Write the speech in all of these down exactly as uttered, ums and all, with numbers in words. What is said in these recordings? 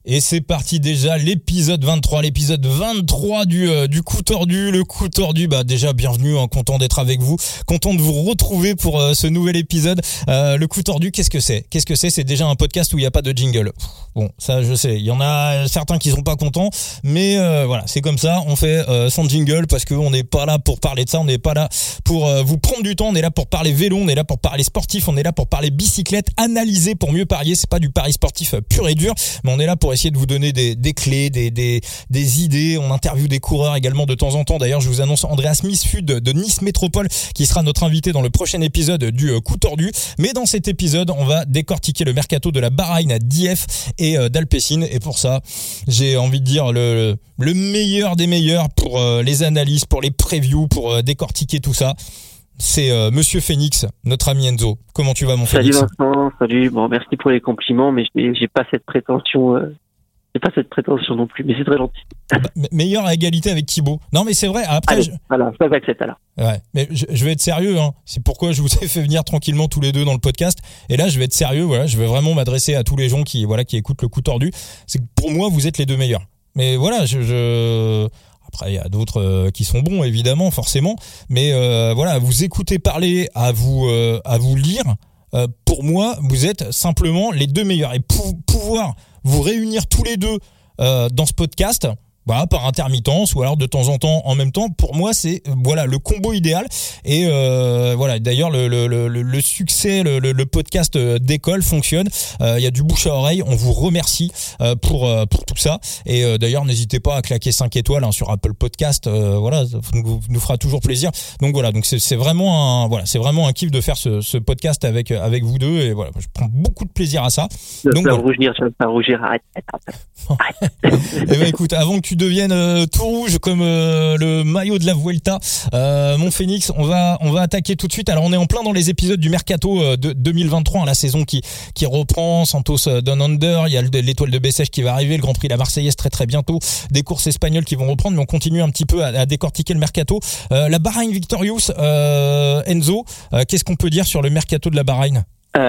Et c'est parti déjà, l'épisode vingt-trois, l'épisode vingt-trois du euh, du coup tordu, le coup tordu. Bah déjà bienvenue, hein, content d'être avec vous, content de vous retrouver pour euh, ce nouvel épisode. Euh, le coup tordu, qu'est-ce que c'est Qu'est-ce que c'est C'est déjà un podcast où il y a pas de jingle. Bon, ça je sais, il y en a certains qui sont pas contents, mais euh, voilà, c'est comme ça, on fait euh, sans jingle parce que on n'est pas là pour parler de ça, on n'est pas là pour euh, vous prendre du temps, on est là pour parler vélo, on est là pour parler sportif, on est là pour parler bicyclette, analyser pour mieux parier. C'est pas du pari sportif euh, pur et dur, mais on est là pour essayer de vous donner des, des clés, des, des, des idées. On interviewe des coureurs également de temps en temps. D'ailleurs, je vous annonce Andreas Misfud de Nice Métropole qui sera notre invité dans le prochain épisode du coup tordu. Mais dans cet épisode, on va décortiquer le mercato de la Bahreïn, d'I F et d'Alpecin. Et pour ça, j'ai envie de dire le, le meilleur des meilleurs pour les analyses, pour les previews, pour décortiquer tout ça. C'est euh, Monsieur Phoenix, notre ami Enzo. Comment tu vas, mon salut Phoenix ? Salut Vincent, salut. Bon, merci pour les compliments, mais j'ai, j'ai pas cette prétention, euh, j'ai pas cette prétention non plus, mais c'est très gentil. Bah, meilleur à égalité avec Thibaut. Non, mais c'est vrai. Après, Allez, je... voilà, ça j'accepte alors. Ouais, mais je, je vais être sérieux. Hein. C'est pourquoi je vous ai fait venir tranquillement tous les deux dans le podcast. Et là, je vais être sérieux. Voilà, je vais vraiment m'adresser à tous les gens qui, voilà, qui écoutent le coup tordu. C'est que pour moi, vous êtes les deux meilleurs. Mais voilà, je. je... Après, il y a d'autres euh, qui sont bons, évidemment, forcément. Mais euh, voilà, vous écoutez parler, à vous, euh, à vous lire. Euh, pour moi, vous êtes simplement les deux meilleurs. Et pour pouvoir vous réunir tous les deux euh, dans ce podcast, voilà, par intermittence ou alors de temps en temps en même temps, pour moi, c'est voilà le combo idéal. Et euh, voilà, d'ailleurs, le, le, le, le succès, le, le podcast d'école fonctionne. Il euh, y a du bouche à oreille. On vous remercie euh, pour euh, pour tout ça. Et euh, d'ailleurs, n'hésitez pas à claquer cinq étoiles hein, sur Apple Podcast. Euh, voilà, ça nous, nous fera toujours plaisir. Donc voilà, donc c'est, c'est vraiment un voilà, c'est vraiment un kiff de faire ce, ce podcast avec avec vous deux. Et voilà, je prends beaucoup de plaisir à ça. Je vais Donc pas voilà. rougir, je vais pas rougir. Arrête, arrête, arrête. Eh ben écoute, avant que tu deviennes euh, tout rouge comme euh, le maillot de la Vuelta, euh, mon Phoenix, on va on va attaquer tout de suite. Alors on est en plein dans les épisodes du mercato euh, de deux mille vingt-trois, hein, la saison qui qui reprend. Santos euh, Down Under, il y a l'étoile de Bessèges qui va arriver, le Grand Prix de la Marseillaise très très bientôt, des courses espagnoles qui vont reprendre, mais on continue un petit peu à, à décortiquer le mercato. Euh, la Bahreïn Victorious, euh, Enzo, euh, qu'est-ce qu'on peut dire sur le mercato de la Bahreïn ?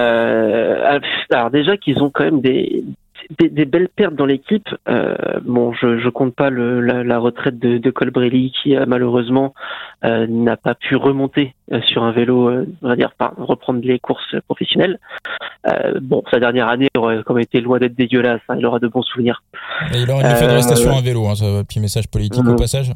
Euh, alors déjà qu'ils ont quand même des Des, des belles pertes dans l'équipe. Euh, bon, je, je compte pas le, la, la retraite de, de Colbrelli qui euh, malheureusement euh, n'a pas pu remonter euh, sur un vélo, euh, on va dire, par reprendre les courses professionnelles. Euh, bon, sa dernière année aurait quand même été loin d'être dégueulasse. Hein, il aura de bons souvenirs. Et il aura une euh, fédération à un vélo. Hein, ça, petit message politique euh, au passage.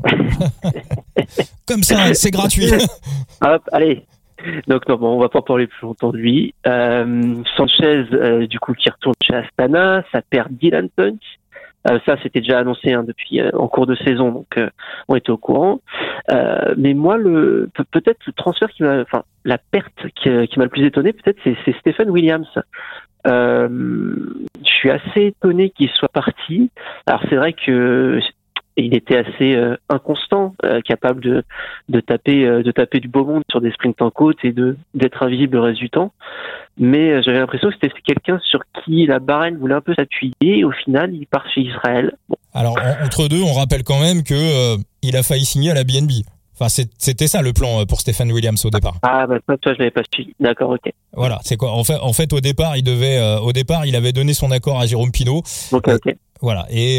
Comme ça, c'est gratuit. Hop, allez. Donc non, bon, on va pas parler plus longtemps de lui. Euh, Sanchez, euh, du coup, qui retourne chez Astana, ça perd Dylan Punch. Euh, ça, c'était déjà annoncé hein, depuis euh, en cours de saison, donc euh, on était au courant. Euh, mais moi, le peut-être le transfert qui m'a, enfin, la perte qui, qui m'a le plus étonné, peut-être, c'est, c'est Stephen Williams. Euh, je suis assez étonné qu'il soit parti. Alors c'est vrai que il était assez euh, inconstant, euh, capable de de taper euh, de taper du beau monde sur des sprints en côte et de d'être invisible le reste du temps. Mais euh, j'avais l'impression que c'était quelqu'un sur qui la Bahreïn voulait un peu s'appuyer. Et au final, il part chez Israël. Bon. Alors en, entre deux, on rappelle quand même que euh, il a failli signer à la B N B. Enfin, c'est, c'était ça le plan pour Stephen Williams au départ. Ah bah toi, je l'avais pas suivi. D'accord, ok. Voilà, c'est quoi En fait, en fait, au départ, il devait, euh, au départ, il avait donné son accord à Jérôme Pinault. Ok, et, ok. Voilà. Et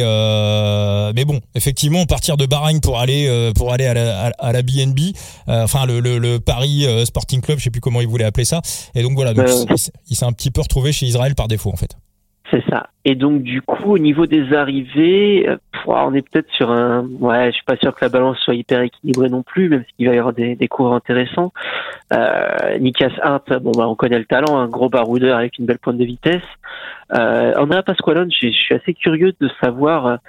euh, mais bon, effectivement, partir de Bahreïn pour aller euh, pour aller à la, à, à la B N B, euh, enfin le, le, le Paris euh, Sporting Club, je sais plus comment il voulait appeler ça. Et donc voilà, donc euh, il, il s'est un petit peu retrouvé chez Israël par défaut en fait. C'est ça. Et donc du coup, au niveau des arrivées, euh, on est peut-être sur un. Ouais, je suis pas sûr que la balance soit hyper équilibrée non plus, même s'il va y avoir des, des coureurs intéressants. Euh, Nikas Hart, bon bah on connaît le talent, un gros baroudeur avec une belle pointe de vitesse. Euh, Andrea Pasqualone, je, je suis assez curieux de savoir euh,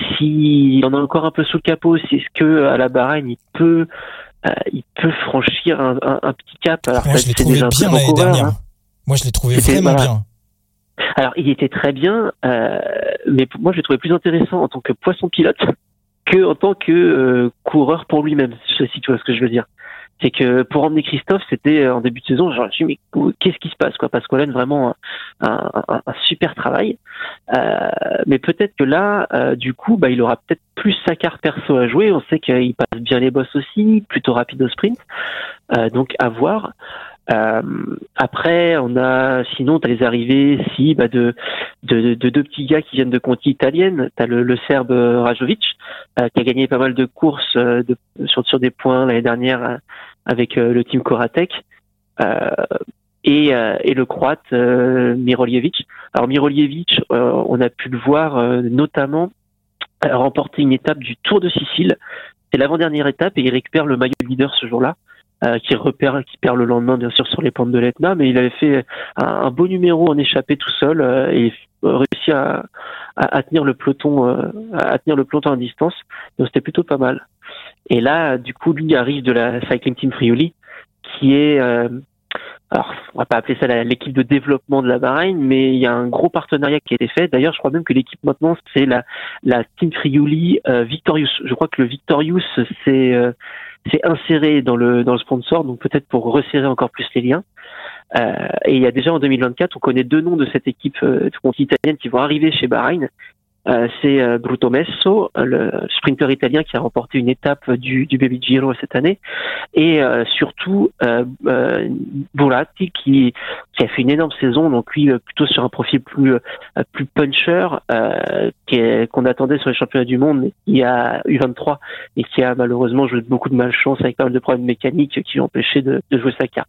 s'il en a encore un peu sous le capot, si est-ce que à la Bahreïn il peut, euh, il peut franchir un, un, un petit cap. Alors moi, ça, je l'ai trouvé bien l'année dernière. Hein. Moi, je l'ai trouvé C'était, vraiment voilà. bien. Alors, il était très bien, euh, mais moi, je l'ai trouvé plus intéressant en tant que poisson pilote que en tant que euh, coureur pour lui-même, si tu vois ce que je veux dire. C'est que pour emmener Christophe, c'était en début de saison, genre, je me suis dit, mais qu'est-ce qui se passe, quoi? Parce qu'on a vraiment un, un, un, un super travail. Euh, mais peut-être que là, euh, du coup, bah, il aura peut-être plus sa carte perso à jouer. On sait qu'il passe bien les bosses aussi, plutôt rapide au sprint. Euh, donc, à voir. Euh, après, on a, sinon, t'as les arrivées, si, bah, de, de, de deux petits gars qui viennent de Conti italienne. T'as le, le Serbe Rajovic, euh, qui a gagné pas mal de courses euh, de, sur, sur des points l'année dernière euh, avec euh, le team Koratek. Euh, et, euh, et le Croate euh, Miroljevic. Alors Miroljevic, euh, on a pu le voir euh, notamment euh, remporter une étape du Tour de Sicile. C'est l'avant-dernière étape et il récupère le maillot de leader ce jour-là. Euh, qui repère, qui perd le lendemain bien sûr sur les pentes de l'Etna, mais il avait fait un, un beau numéro en échappée tout seul euh, et réussi à, à, à tenir le peloton, euh, à tenir le peloton à distance. Donc c'était plutôt pas mal. Et là, du coup, lui arrive de la Cycling Team Friuli, qui est, euh, alors on va pas appeler ça la, l'équipe de développement de la Bahreïn, mais il y a un gros partenariat qui a été fait. D'ailleurs, je crois même que l'équipe maintenant c'est la, la Team Friuli euh, Victorious. Je crois que le Victorious c'est euh, c'est inséré dans le dans le sponsor, donc peut-être pour resserrer encore plus les liens. Euh, et il y a déjà en deux mille vingt-quatre, on connaît deux noms de cette équipe euh, italienne qui vont arriver chez Bahreïn. Euh, c'est euh, Bruto Messo, le sprinter italien qui a remporté une étape du, du Baby Giro cette année, et euh, surtout euh, euh, Buratti qui, qui a fait une énorme saison, donc lui euh, plutôt sur un profil plus euh, plus puncher, euh, qui est, qu'on attendait sur les championnats du monde, mais qui a U vingt-trois et qui a malheureusement joué beaucoup de malchance avec pas mal de problèmes mécaniques qui l'ont empêché de, de jouer sa carte.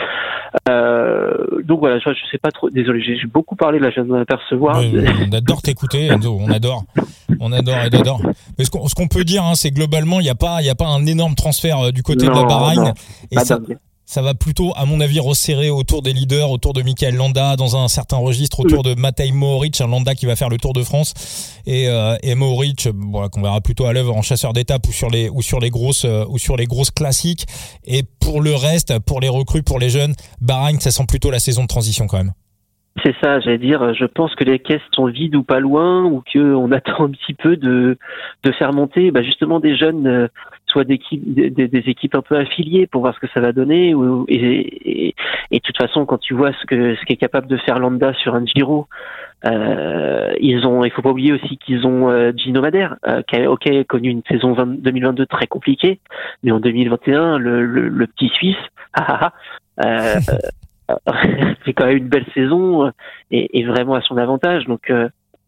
Euh, donc voilà, je, je sais pas trop. Désolé, j'ai, j'ai beaucoup parlé là, je viens de m'apercevoir. Ouais, on adore t'écouter, Enzo. On adore, on adore, on adore. Mais ce qu'on, ce qu'on peut dire, hein, c'est globalement, il y a pas, il y a pas un énorme transfert euh, du côté non, de la Bahreïn, non, et ça, ça va plutôt, à mon avis, resserrer autour des leaders, autour de Michael Landa, dans un certain registre, autour de Matej Mohoric, un Landa qui va faire le Tour de France, et, euh, et Mohoric, voilà, qu'on verra plutôt à l'œuvre en chasseur d'étape ou sur les ou sur les grosses euh, ou sur les grosses classiques. Et pour le reste, pour les recrues, pour les jeunes, Bahreïn, ça sent plutôt la saison de transition quand même. C'est ça, j'allais dire, je pense que les caisses sont vides ou pas loin, ou que on attend un petit peu de de faire monter bah, justement des jeunes, euh, soit d'équipes, des, des équipes un peu affiliées pour voir ce que ça va donner. Ou, et, et, et de toute façon, quand tu vois ce que ce qu'est capable de faire Landa sur un Giro, euh, ils ont, il faut pas oublier aussi qu'ils ont euh, Gino Madère, euh, qui a ok connu une saison vingt, deux mille vingt-deux très compliquée, mais en deux mille vingt et un, le, le, le petit Suisse, ah, ah, ah, euh, c'est quand même une belle saison et, et vraiment à son avantage. Donc, euh,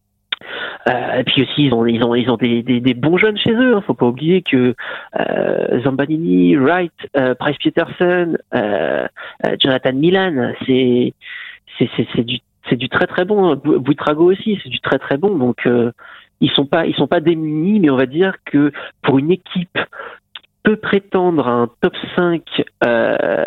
euh, et puis aussi ils ont ils ont ils ont des des, des bons jeunes chez eux. Hein. Faut pas oublier que euh, Zambanini, Wright, euh, Price Peterson, euh, euh, Jonathan Milan, c'est c'est c'est c'est du c'est du très très bon. Buitrago aussi, c'est du très très bon. Donc euh, ils sont pas ils sont pas démunis, mais on va dire que pour une équipe peut prétendre à un top cinq euh,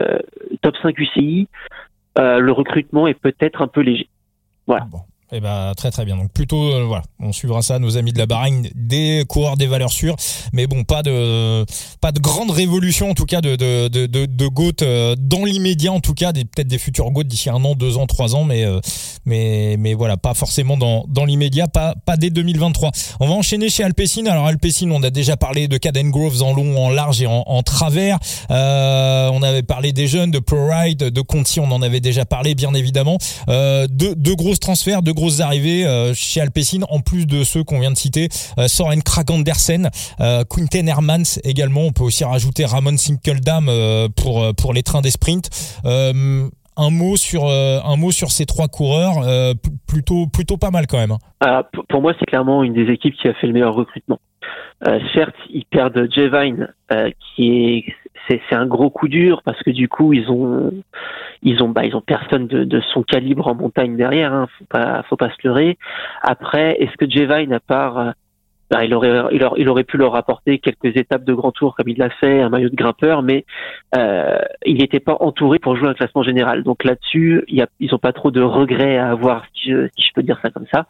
top cinq U C I, euh, le recrutement est peut-être un peu léger. Voilà. Bon. Eh ben très très bien. Donc plutôt euh, voilà, on suivra ça, nos amis de la Bahreïn, des coureurs des valeurs sûres, mais bon, pas de pas de grande révolution en tout cas de de de de, de GOAT euh, dans l'immédiat en tout cas, des peut-être des futurs GOAT d'ici un an, deux ans, trois ans, mais euh, mais mais voilà, pas forcément dans dans l'immédiat, pas pas dès deux mille vingt-trois. On va enchaîner chez Alpecin. Alors Alpecin, on a déjà parlé de Caden Groves en long, en large et en, en travers. Euh, on avait parlé des jeunes, de ProRide, de Conti, on en avait déjà parlé bien évidemment. Euh, deux deux grosses transferts, deux grosses arrivées euh, chez Alpecin, en plus de ceux qu'on vient de citer, euh, Soren Kragh Andersen, euh, Quinten Hermans également. On peut aussi rajouter Ramon Sinkeldam euh, pour pour les trains des sprints. Euh, un mot sur euh, un mot sur ces trois coureurs, euh, p- plutôt plutôt pas mal quand même. Ah, pour moi, c'est clairement une des équipes qui a fait le meilleur recrutement. Euh, certes, ils perdent Jevine, euh, qui est c'est, c'est un gros coup dur parce que du coup, ils ont ils ont bah ils ont personne de, de son calibre en montagne derrière. Hein, faut pas faut pas se leurrer. Après, est-ce que Jevine, à part euh, bah, il aurait il aurait il aurait pu leur apporter quelques étapes de grand tour comme il l'a fait, un maillot de grimpeur, mais euh, il n'était pas entouré pour jouer un classement général. Donc là-dessus, il y a, ils ont pas trop de regrets à avoir, si je, si je peux dire ça comme ça.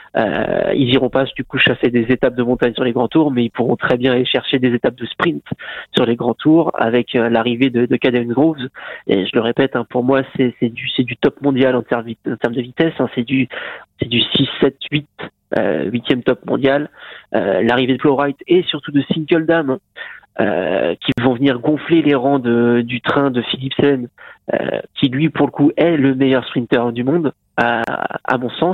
Euh, ils iront pas du coup chasser des étapes de montagne sur les grands tours, mais ils pourront très bien aller chercher des étapes de sprint sur les grands tours avec euh, l'arrivée de, de Caden Groves. Et je le répète, hein, pour moi, c'est, c'est du c'est du top mondial en termes, en termes de vitesse. Hein, c'est du c'est du six, sept, huit, euh, huitième top mondial. Euh, l'arrivée de Flowright et surtout de Sinkeldam, euh, qui vont venir gonfler les rangs de, du train de Philipsen, euh, qui lui pour le coup est le meilleur sprinter du monde à, à mon sens.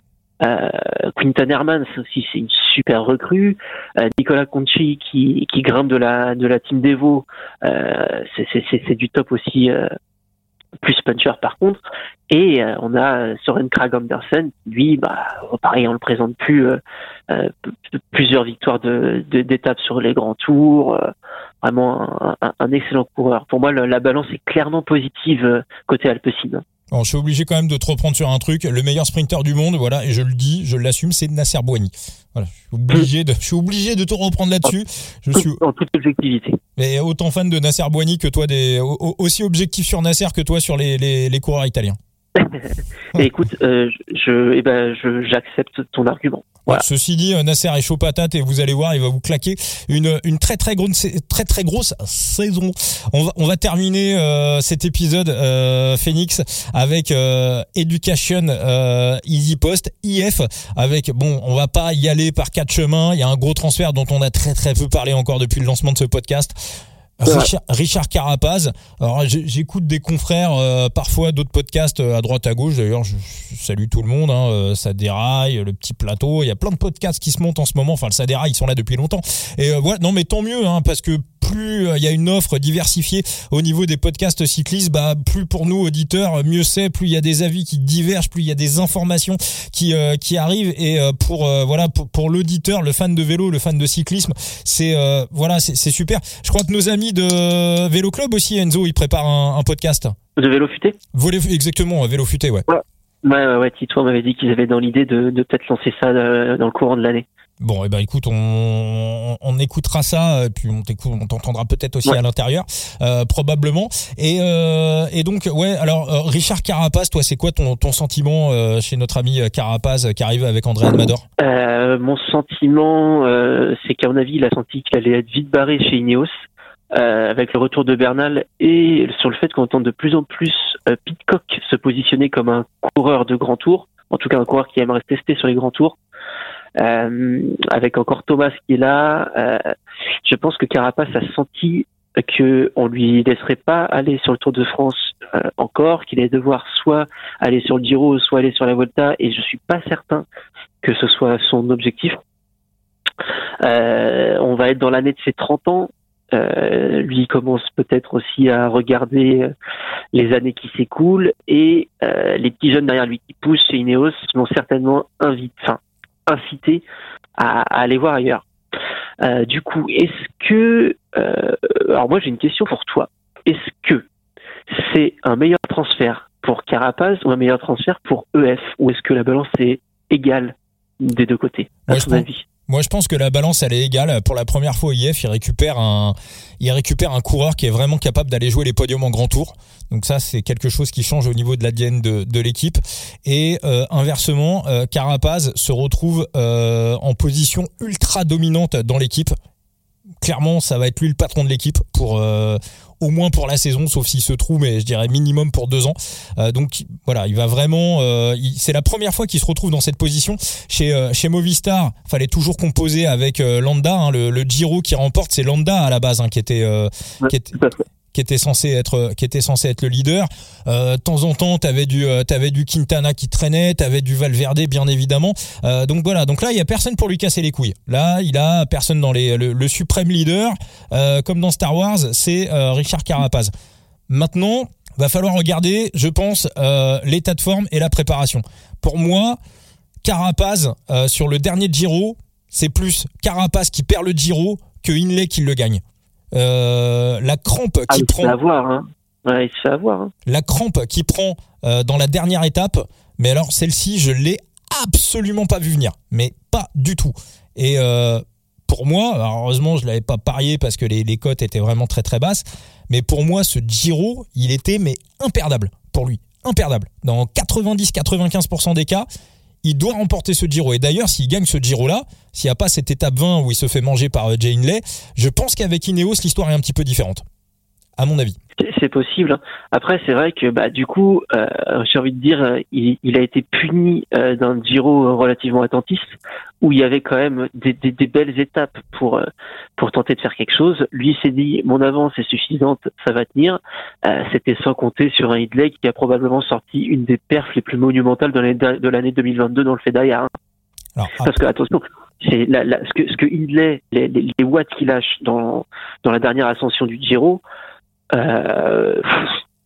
Euh, Quinten Hermans aussi, c'est une super recrue. Euh, Nicolas Conchi qui qui grimpe de la de la team Devo, euh, c'est c'est c'est, c'est du top aussi. Euh, plus puncher par contre. Et euh, on a Søren Kragh Andersen, lui, bah, pareil, on le présente plus, euh, euh, p- plusieurs victoires de, de, d'étapes sur les grands tours, euh, vraiment un, un, un excellent coureur. Pour moi, le, la balance est clairement positive euh, côté Alpecin. Bon, je suis obligé quand même de te reprendre sur un truc. Le meilleur sprinter du monde, voilà, et je le dis, je l'assume, c'est Nasser Bouhanni. Voilà, je suis obligé de, je suis obligé de te reprendre là-dessus. Je suis en toute objectivité. Et autant fan de Nasser Bouhanni que toi, des aussi objectif sur Nasser que toi sur les les, les coureurs italiens. Et écoute, euh, je, eh ben, je, j'accepte ton argument. Voilà. Ouais, ceci dit, Nasser est chaud patate et vous allez voir, il va vous claquer une une très très grosse très très grosse saison. On va on va terminer euh, cet épisode euh, Phoenix avec euh, Education euh, Easy Post I F avec bon, on va pas y aller par quatre chemins, il y a un gros transfert dont on a très très peu parlé encore depuis le lancement de ce podcast. Richard, Richard Carapaz. Alors j'écoute des confrères, euh, parfois d'autres podcasts à droite à gauche. D'ailleurs, je, je salue tout le monde. Hein, euh, ça déraille, le petit plateau. Il y a plein de podcasts qui se montent en ce moment. Enfin, le ça déraille, ils sont là depuis longtemps. Et euh, voilà. Non, mais tant mieux, hein, parce que plus il euh, y a une offre diversifiée au niveau des podcasts cyclistes, bah plus pour nous auditeurs, mieux c'est. Plus il y a des avis qui divergent, plus il y a des informations qui euh, qui arrivent. Et euh, pour euh, voilà pour, pour l'auditeur, le fan de vélo, le fan de cyclisme, c'est euh, voilà c'est, c'est super. Je crois que nos amis de Vélo Club aussi, Enzo, ils préparent un, un podcast. De Vélo Futé. Vélo, exactement, Vélo Futé, ouais. Ouais, ouais, ouais, ouais Tito m'avait dit qu'ils avaient dans l'idée de, de peut-être lancer ça euh, dans le courant de l'année. Bon, et eh ben écoute, on, on écoutera ça, et puis on t'écoute, on t'entendra peut-être aussi ouais. à l'intérieur, euh, probablement. Et, euh, et donc, ouais. Alors, euh, Richard Carapaz, toi, c'est quoi ton, ton sentiment euh, chez notre ami Carapaz qui arrive avec André Almador ? euh, Mon sentiment, euh, c'est qu'à mon avis, il a senti qu'il allait être vite barré chez Ineos. Euh, avec le retour de Bernal et sur le fait qu'on entend de plus en plus euh, Pidcock se positionner comme un coureur de grand tour, en tout cas un coureur qui aimerait se tester sur les grands tours, euh, avec encore Thomas qui est là. Euh, je pense que Carapaz a senti qu'on lui laisserait pas aller sur le Tour de France euh, encore, qu'il allait devoir soit aller sur le Giro, soit aller sur la Volta, et je suis pas certain que ce soit son objectif. Euh, on va être dans l'année de ses trente ans. Euh, lui commence peut-être aussi à regarder euh, les années qui s'écoulent et euh, les petits jeunes derrière lui qui poussent chez Ineos vont certainement invite, enfin, inciter à, à aller voir ailleurs. Euh, du coup, est-ce que... Euh, alors moi j'ai une question pour toi. Est-ce que c'est un meilleur transfert pour Carapaz ou un meilleur transfert pour E F, ou est-ce que la balance est égale des deux côtés, à ouais, ton avis ? Moi, je pense que la balance, elle est égale. Pour la première fois, I F, il récupère un, il récupère un coureur qui est vraiment capable d'aller jouer les podiums en grand tour. Donc ça, c'est quelque chose qui change au niveau de l'A D N de, de l'équipe. Et euh, inversement, euh, Carapaz se retrouve euh, en position ultra dominante dans l'équipe. Clairement, ça va être lui le patron de l'équipe pour euh, au moins pour la saison, sauf s'il se trouve, mais je dirais minimum pour deux ans. Euh, donc voilà, il va vraiment. Euh, il, c'est la première fois qu'il se retrouve dans cette position. Chez euh, chez Movistar, fallait toujours composer avec euh, Landa. Hein, le, le Giro qui remporte, c'est Landa à la base, hein, qui était euh, ouais, qui était. qui était censé être qui était censé être le leader. Euh, de temps en temps, t'avais du euh, t'avais du Quintana qui traînait, t'avais du Valverde bien évidemment. Euh, donc voilà, donc là il y a personne pour lui casser les couilles. Là, il a personne dans les le, le suprême leader euh, comme dans Star Wars, c'est euh, Richard Carapaz. Maintenant, va falloir regarder, je pense, euh, l'état de forme et la préparation. Pour moi, Carapaz euh, sur le dernier Giro, c'est plus Carapaz qui perd le Giro que Hindley qui le gagne. Euh, la crampe qui ah, il prend se fait avoir, hein. Ouais, il se fait avoir, hein. La crampe qui prend euh, dans la dernière étape, mais alors celle-ci je l'ai absolument pas vu venir, mais pas du tout. Et euh, pour moi, alors heureusement je l'avais pas parié parce que les, les cotes étaient vraiment très très basses, mais pour moi ce Giro il était mais imperdable pour lui, imperdable. Dans quatre-vingt-dix à quatre-vingt-quinze pour cent des cas, il doit remporter ce Giro. Et d'ailleurs, s'il gagne ce Giro-là, s'il n'y a pas cette étape vingt où il se fait manger par Jay Hindley, je pense qu'avec Ineos, l'histoire est un petit peu différente, à mon avis. C'est possible. Après, c'est vrai que bah du coup, euh, j'ai envie de dire, il, il a été puni euh, d'un Giro relativement attentiste, où il y avait quand même des, des, des belles étapes pour euh, pour tenter de faire quelque chose. Lui s'est dit, mon avance est suffisante, ça va tenir. Euh, c'était sans compter sur un Hindley qui a probablement sorti une des perfs les plus monumentales de l'année, de l'année deux mille vingt-deux dans le Fedaya. Alors, parce que attention, c'est la, la, ce que ce que Hindley, les, les, les watts qu'il lâche dans dans la dernière ascension du Giro. Euh,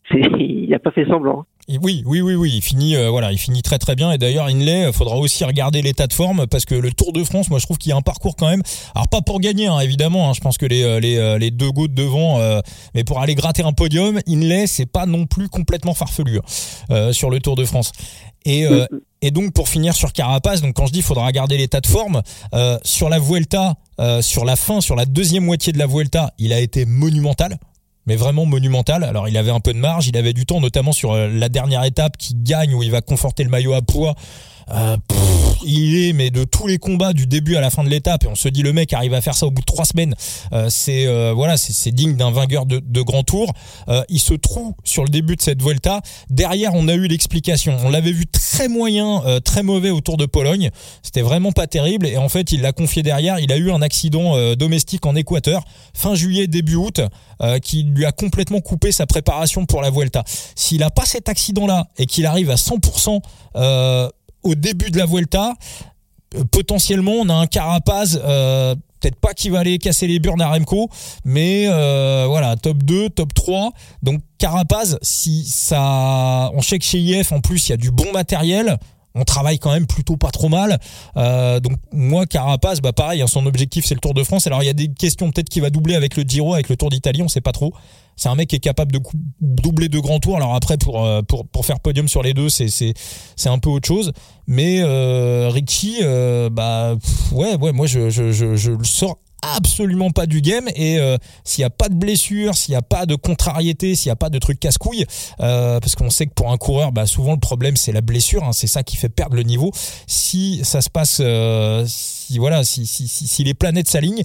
c'est, il n'a pas fait semblant. Et oui, oui, oui, oui, il finit, euh, voilà, il finit très très bien. Et d'ailleurs, Hindley, faudra aussi regarder l'état de forme parce que le Tour de France, moi, je trouve qu'il y a un parcours quand même. Alors pas pour gagner, hein, évidemment. Hein, je pense que les les les deux gouttes devant, euh, mais pour aller gratter un podium, Hindley, c'est pas non plus complètement farfelu euh, sur le Tour de France. Et euh, et donc pour finir sur Carapaz, donc quand je dis faudra regarder l'état de forme, euh, sur la Vuelta, euh, sur la fin, sur la deuxième moitié de la Vuelta, il a été monumental. Mais vraiment monumental. Alors il avait un peu de marge, il avait du temps, notamment sur la dernière étape qui gagne où il va conforter le maillot à poids. Euh, pff, il est mais de tous les combats du début à la fin de l'étape et on se dit le mec arrive à faire ça au bout de trois semaines. Euh, c'est euh, voilà, c'est, c'est digne d'un vainqueur de, de grand tour. Euh, il se trouve sur le début de cette Vuelta. Derrière, on a eu l'explication. On l'avait vu très moyen, euh, très mauvais au Tour de Pologne. C'était vraiment pas terrible et en fait, il l'a confié derrière. Il a eu un accident euh, domestique en Équateur fin juillet début août euh, qui lui a complètement coupé sa préparation pour la Vuelta. S'il a pas cet accident-là et qu'il arrive à cent pour cent euh, au début de la Vuelta, euh, potentiellement on a un Carapaz, euh, peut-être pas qui va aller casser les burnes à Remco, mais euh, voilà, top deux, top trois. Donc Carapaz, si ça, on sait que chez I F en plus il y a du bon matériel, on travaille quand même plutôt pas trop mal. Euh, donc moi Carapaz, bah pareil, hein, son objectif c'est le Tour de France. Alors il y a des questions peut-être qu'il va doubler avec le Giro, avec le Tour d'Italie, on sait pas trop. C'est un mec qui est capable de cou- doubler deux grands tours. Alors après pour pour pour faire podium sur les deux, c'est c'est c'est un peu autre chose. Mais euh, Richie, euh, bah pff, ouais ouais, moi je je je je le sors absolument pas du game et euh, s'il y a pas de blessure, s'il y a pas de contrariété, s'il y a pas de trucs casse-couilles, euh, parce qu'on sait que pour un coureur, bah souvent le problème c'est la blessure, hein, c'est ça qui fait perdre le niveau. Si ça se passe, euh, si voilà, si si si, si les planètes s'alignent,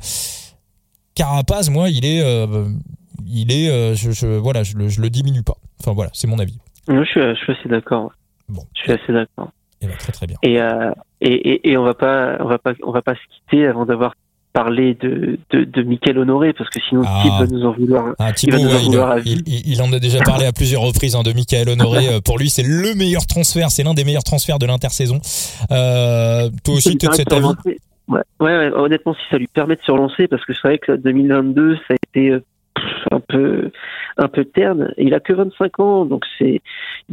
Carapaz, moi il est euh, il est, euh, je, je, voilà, je le, je le diminue pas. Enfin voilà, c'est mon avis. Je suis, je suis assez d'accord. Bon. Je suis assez d'accord. Et bah, très très bien. Et, euh, et, et, et on va pas, on va pas, on va pas se quitter avant d'avoir parlé de, de, de Mickaël Honoré parce que sinon ah. Thibaut va nous en vouloir. Ah, Thibaut, il, ouais, il, a, il, il, il en a déjà parlé à plusieurs reprises hein, de Mickaël Honoré. Pour lui, c'est le meilleur transfert, c'est l'un des meilleurs transferts de l'intersaison. Euh, toi aussi, tu es de cet avis? Ouais, ouais, ouais, honnêtement, si ça lui permet de se relancer, parce que c'est vrai que deux mille vingt-deux, ça a été un peu un peu terne. Il a que vingt-cinq ans, donc c'est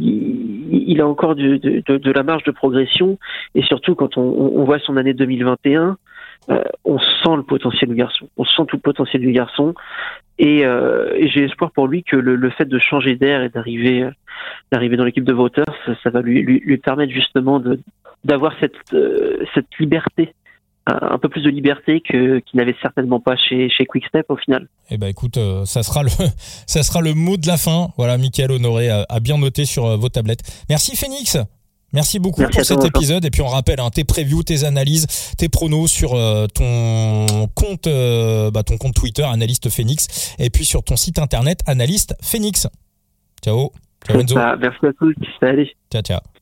il, il a encore du, de, de, de la marge de progression et surtout quand on, on voit son année deux mille vingt et un, euh, on sent le potentiel du garçon. On sent tout le potentiel du garçon et, euh, et j'ai espoir pour lui que le, le fait de changer d'air et d'arriver d'arriver dans l'équipe de Wouters, ça, ça va lui, lui lui permettre justement de d'avoir cette euh, cette liberté. Un peu plus de liberté que qu'il n'avait certainement pas chez chez Quick-Step au final. Eh ben écoute, euh, ça sera le ça sera le mot de la fin. Voilà, Mickaël Honoré a, a bien noté sur euh, vos tablettes. Merci Phoenix. Merci beaucoup Merci pour cet toi, épisode. Et puis on rappelle hein, tes previews, tes analyses, tes pronos sur euh, ton compte euh, bah, ton compte Twitter Analyste Phoenix et puis sur ton site internet Analyste Phoenix. Ciao. Ciao Enzo. Bah, merci à tous. Allez. Ciao ciao.